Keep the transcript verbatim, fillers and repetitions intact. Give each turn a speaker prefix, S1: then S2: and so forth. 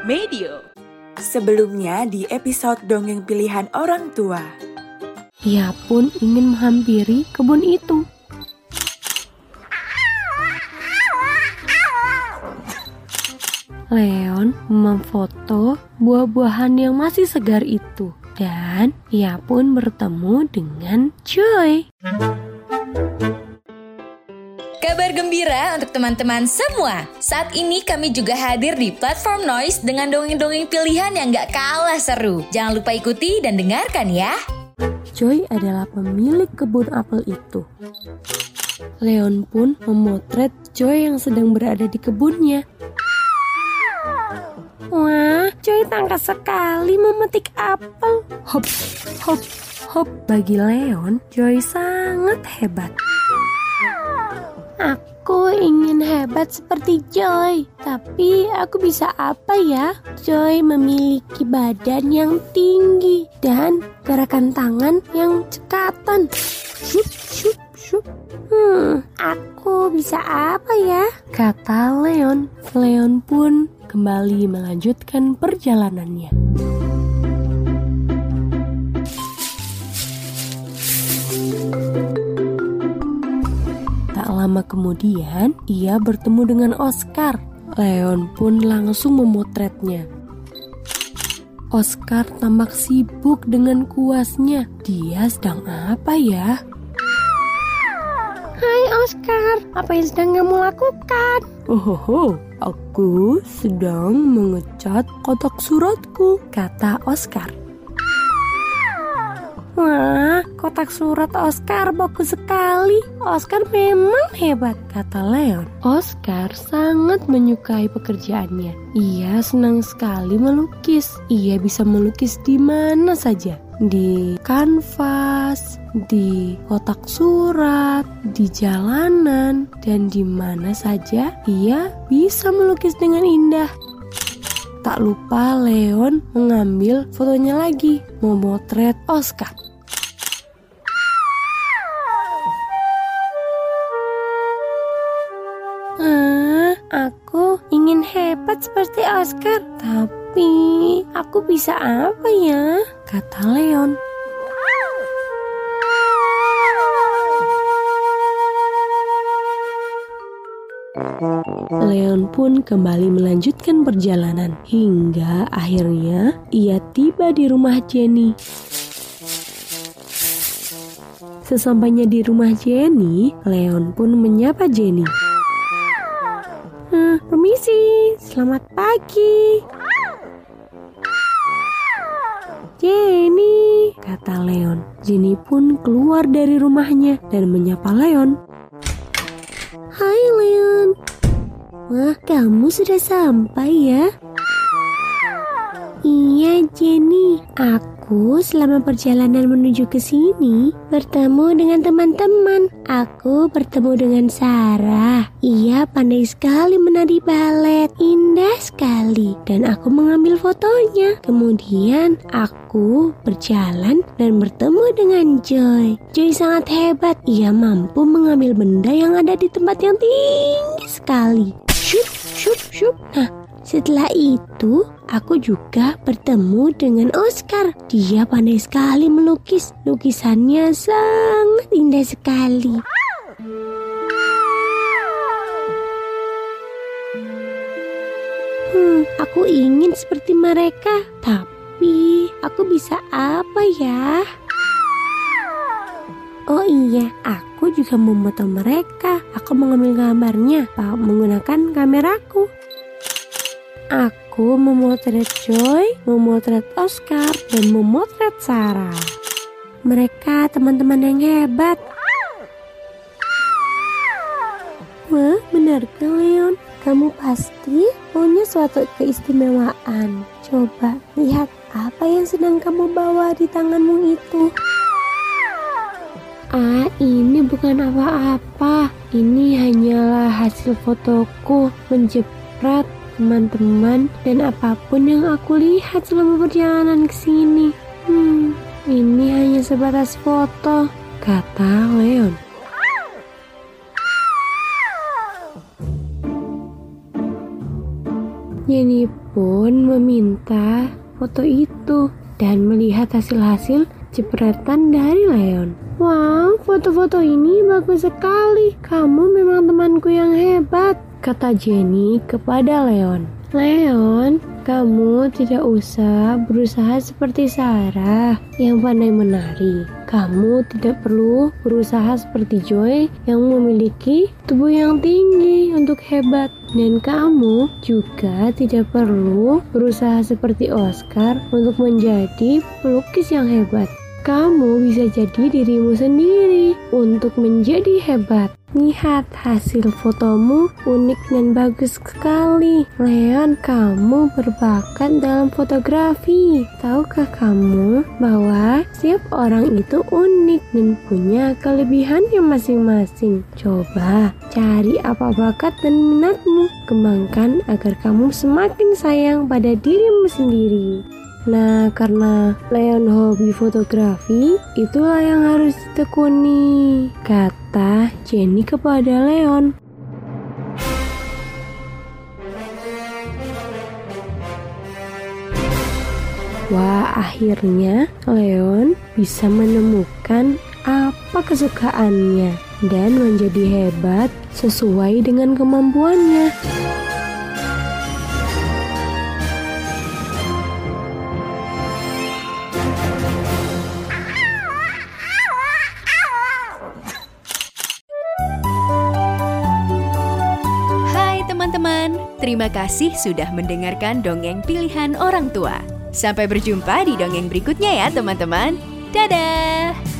S1: Medio.
S2: Sebelumnya di episode Dongeng Pilihan Orang Tua.
S3: Ia pun ingin menghampiri kebun itu. Leon memfoto buah-buahan yang masih segar itu dan ia pun bertemu dengan Joy.
S4: Kabar gembira untuk teman-teman semua. Saat ini kami juga hadir di platform Noise dengan dongeng-dongeng pilihan yang gak kalah seru. Jangan lupa ikuti dan dengarkan ya.
S3: Joy adalah pemilik kebun apel itu. Leon pun memotret Joy yang sedang berada di kebunnya. Wah, Joy tangkas sekali memetik apel. Hop, hop, hop. Bagi Leon, Joy sangat hebat. Aku ingin hebat seperti Joy. Tapi aku bisa apa ya? Joy memiliki badan yang tinggi dan gerakan tangan yang cekatan. Shup, shup, shup. Hmm, aku bisa apa ya? Kata Leon. Leon pun kembali melanjutkan perjalanannya. Tak lama kemudian, ia bertemu dengan Oscar. Leon pun langsung memotretnya. Oscar tampak sibuk dengan kuasnya. Dia sedang apa ya? Hai Oscar, apa yang sedang kamu lakukan? Oh, aku sedang mengecat kotak suratku, kata Oscar. Wah, kotak surat Oscar bagus sekali. Oscar memang hebat, kata Leon. Oscar sangat menyukai pekerjaannya. Ia senang sekali melukis. Ia bisa melukis di mana saja. Di kanvas, di kotak surat, di jalanan, dan di mana saja ia bisa melukis dengan indah. Tak lupa Leon mengambil fotonya lagi, memotret Oscar. Ah, aku ingin hebat seperti Oscar, tapi aku bisa apa ya? Kata Leon. Leon pun kembali melanjutkan perjalanan hingga akhirnya ia tiba di rumah Jenny. Sesampainya di rumah Jenny, Leon pun menyapa Jenny. Hm, permisi, selamat pagi. Jenny, kata Leon. Jenny pun keluar dari rumahnya dan menyapa Leon. Hai Leon. Wah, kamu sudah sampai ya? Iya Jenny, aku selama perjalanan menuju ke sini bertemu dengan teman-teman. Aku bertemu dengan Sarah. Ia pandai sekali menari balet, indah sekali. Dan aku mengambil fotonya. Kemudian aku berjalan dan bertemu dengan Joy. Joy sangat hebat. Ia mampu mengambil benda yang ada di tempat yang tinggi sekali. Shup, shup, shup. Nah, setelah itu, aku juga bertemu dengan Oscar. Dia pandai sekali melukis. Lukisannya sangat indah sekali. Hmm, aku ingin seperti mereka. Tapi, aku bisa apa ya? Oh iya, aku juga memfoto mereka. Aku mengambil gambarnya menggunakan kameraku. Aku memotret Joy, memotret Oscar, dan memotret Sarah. Mereka teman-teman yang hebat. Wah, benarkah Leon? Kamu pasti punya suatu keistimewaan. Coba lihat apa yang sedang kamu bawa di tanganmu itu. Ah, ini bukan apa-apa. Ini hanyalah hasil fotoku menjepret teman-teman dan apapun yang aku lihat selama perjalanan ke sini. Hmm, ini hanya sebatas foto, kata Leon. Jenny pun meminta foto itu dan melihat hasil-hasil jepretan dari Leon. Wow, foto-foto ini bagus sekali. Kamu memang temanku yang hebat, kata Jenny kepada Leon. Leon, kamu tidak usah berusaha seperti Sarah yang pandai menari. Kamu tidak perlu berusaha seperti Joy yang memiliki tubuh yang tinggi untuk hebat. Dan kamu juga tidak perlu berusaha seperti Oscar untuk menjadi pelukis yang hebat. Kamu bisa jadi dirimu sendiri untuk menjadi hebat. Lihat, hasil fotomu unik dan bagus sekali. Leon, kamu berbakat dalam fotografi. Tahukah kamu bahwa setiap orang itu unik dan punya kelebihannya masing-masing? Coba cari apa bakat dan minatmu. Kembangkan agar kamu semakin sayang pada dirimu sendiri. Nah, karena Leon hobi fotografi, itulah yang harus ditekuni, kata Jenny kepada Leon. Wah, akhirnya Leon bisa menemukan apa kesukaannya dan menjadi hebat sesuai dengan kemampuannya.
S1: Teman-teman, terima kasih sudah mendengarkan dongeng pilihan orang tua. Sampai berjumpa di dongeng berikutnya ya teman-teman. Dadah!